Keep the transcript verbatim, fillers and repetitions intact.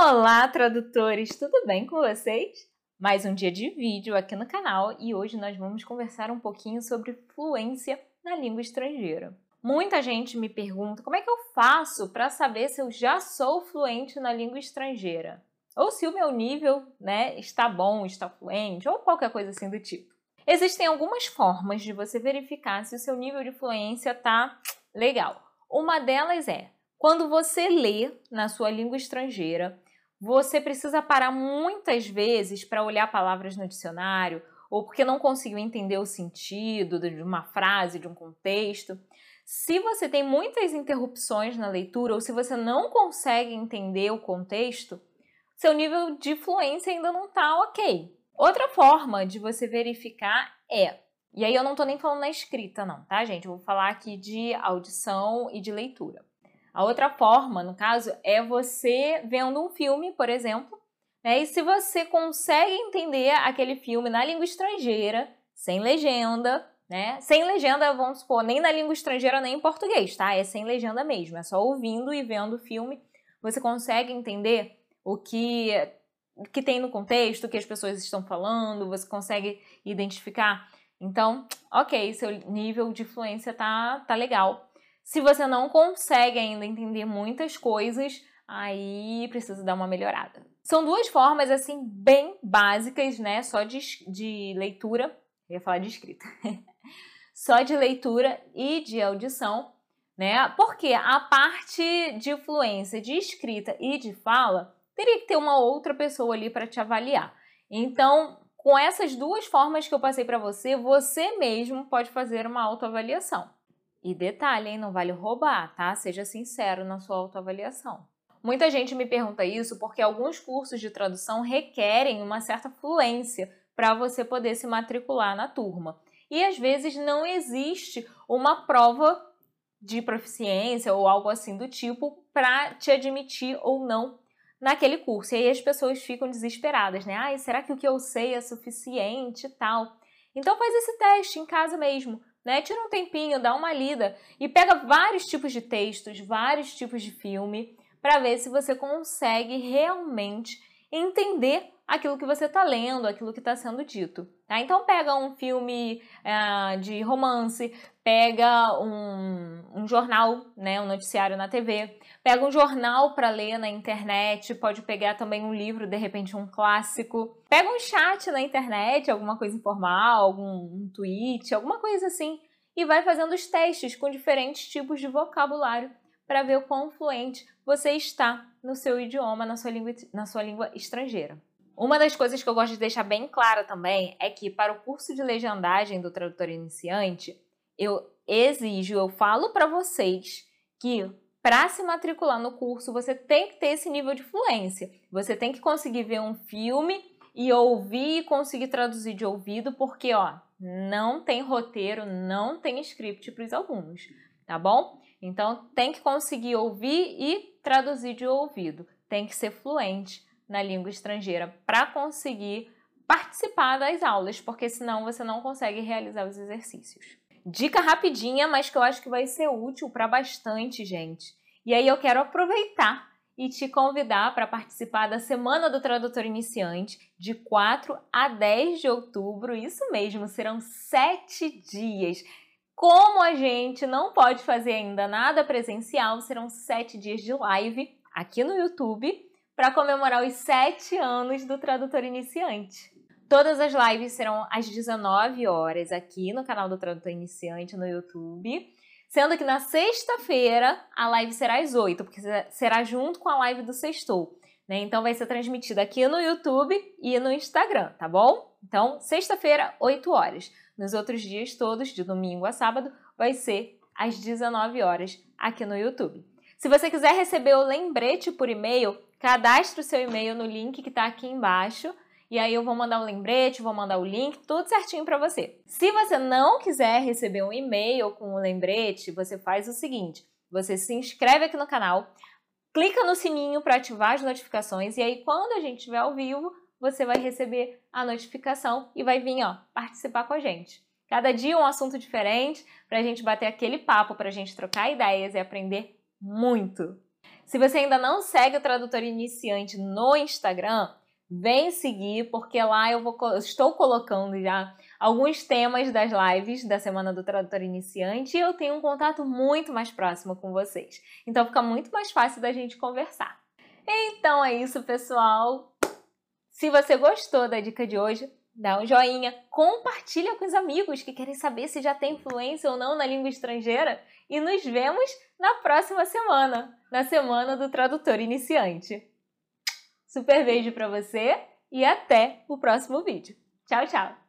Olá, tradutores! Tudo bem com vocês? Mais um dia de vídeo aqui no canal e hoje nós vamos conversar um pouquinho sobre fluência na língua estrangeira. Muita gente me pergunta como é que eu faço para saber se eu já sou fluente na língua estrangeira ou se o meu nível, né, está bom, está fluente ou qualquer coisa assim do tipo. Existem algumas formas de você verificar se o seu nível de fluência está legal. Uma delas é quando você lê na sua língua estrangeira, você precisa parar muitas vezes para olhar palavras no dicionário ou porque não conseguiu entender o sentido de uma frase, de um contexto. Se você tem muitas interrupções na leitura ou se você não consegue entender o contexto, seu nível de fluência ainda não está ok. Outra forma de você verificar é, e aí eu não estou nem falando na escrita não, tá gente? Eu vou falar aqui de audição e de leitura. A outra forma, no caso, é você vendo um filme, por exemplo, né? E se você consegue entender aquele filme na língua estrangeira, sem legenda, né? Sem legenda, vamos supor, nem na língua estrangeira, nem em português, tá? É sem legenda mesmo, é só ouvindo e vendo o filme, você consegue entender o que, o que tem no contexto, o que as pessoas estão falando, você consegue identificar. Então, ok, seu nível de fluência tá, tá legal. Se você não consegue ainda entender muitas coisas, aí precisa dar uma melhorada. São duas formas, assim, bem básicas, né? Só de, de leitura, eu ia falar de escrita, só de leitura e de audição, né? Porque a parte de fluência de escrita e de fala, teria que ter uma outra pessoa ali para te avaliar. Então, com essas duas formas que eu passei para você, você mesmo pode fazer uma autoavaliação. E detalhe, hein? Não vale roubar, tá? Seja sincero na sua autoavaliação. Muita gente me pergunta isso porque alguns cursos de tradução requerem uma certa fluência para você poder se matricular na turma. E às vezes não existe uma prova de proficiência ou algo assim do tipo para te admitir ou não naquele curso. E aí as pessoas ficam desesperadas, né? Ai, será que o que eu sei é suficiente e tal? Então faz esse teste em casa mesmo. Né? Tira um tempinho, dá uma lida e pega vários tipos de textos, vários tipos de filme para ver se você consegue realmente entender aquilo que você está lendo, aquilo que está sendo dito. Tá? Então pega um filme uh, de romance, pega um, um jornal, né, um noticiário na T V, pega um jornal para ler na internet, pode pegar também um livro, de repente um clássico, pega um chat na internet, alguma coisa informal, algum um tweet, alguma coisa assim, e vai fazendo os testes com diferentes tipos de vocabulário para ver o quão fluente você está no seu idioma, na sua língua, na sua língua estrangeira. Uma das coisas que eu gosto de deixar bem clara também é que para o curso de legendagem do tradutor iniciante, eu exijo, eu falo para vocês que para se matricular no curso você tem que ter esse nível de fluência. Você tem que conseguir ver um filme e ouvir e conseguir traduzir de ouvido, porque ó, não tem roteiro, não tem script para os alunos, tá bom? Então tem que conseguir ouvir e traduzir de ouvido, tem que ser fluente na língua estrangeira para conseguir participar das aulas, porque senão você não consegue realizar os exercícios. Dica rapidinha, mas que eu acho que vai ser útil para bastante gente. E aí eu quero aproveitar e te convidar para participar da Semana do Tradutor Iniciante, de quatro a dez de outubro, isso mesmo, serão sete dias. Como a gente não pode fazer ainda nada presencial, serão sete dias de live aqui no YouTube, para comemorar os sete anos do Tradutor Iniciante. Todas as lives serão às dezenove horas aqui no canal do Tradutor Iniciante no YouTube, sendo que na sexta-feira a live será às oito, porque será junto com a live do Sextou, né? Então vai ser transmitida aqui no YouTube e no Instagram, tá bom? Então, sexta-feira, oito horas. Nos outros dias todos, de domingo a sábado, vai ser às dezenove horas aqui no YouTube. Se você quiser receber o lembrete por e-mail, cadastre o seu e-mail no link que está aqui embaixo e aí eu vou mandar o lembrete, vou mandar o link, tudo certinho para você. Se você não quiser receber um e-mail com o lembrete, você faz o seguinte, você se inscreve aqui no canal, clica no sininho para ativar as notificações e aí quando a gente estiver ao vivo, você vai receber a notificação e vai vir ó, participar com a gente. Cada dia um assunto diferente para a gente bater aquele papo, para a gente trocar ideias e aprender muito. Se você ainda não segue o Tradutor Iniciante no Instagram, vem seguir, porque lá eu vou, estou colocando já alguns temas das lives da Semana do Tradutor Iniciante e eu tenho um contato muito mais próximo com vocês. Então fica muito mais fácil da gente conversar. Então é isso, pessoal. Se você gostou da dica de hoje, dá um joinha, compartilha com os amigos que querem saber se já tem fluência ou não na língua estrangeira e nos vemos na próxima semana, na Semana do Tradutor Iniciante. Super beijo para você e até o próximo vídeo. Tchau, tchau!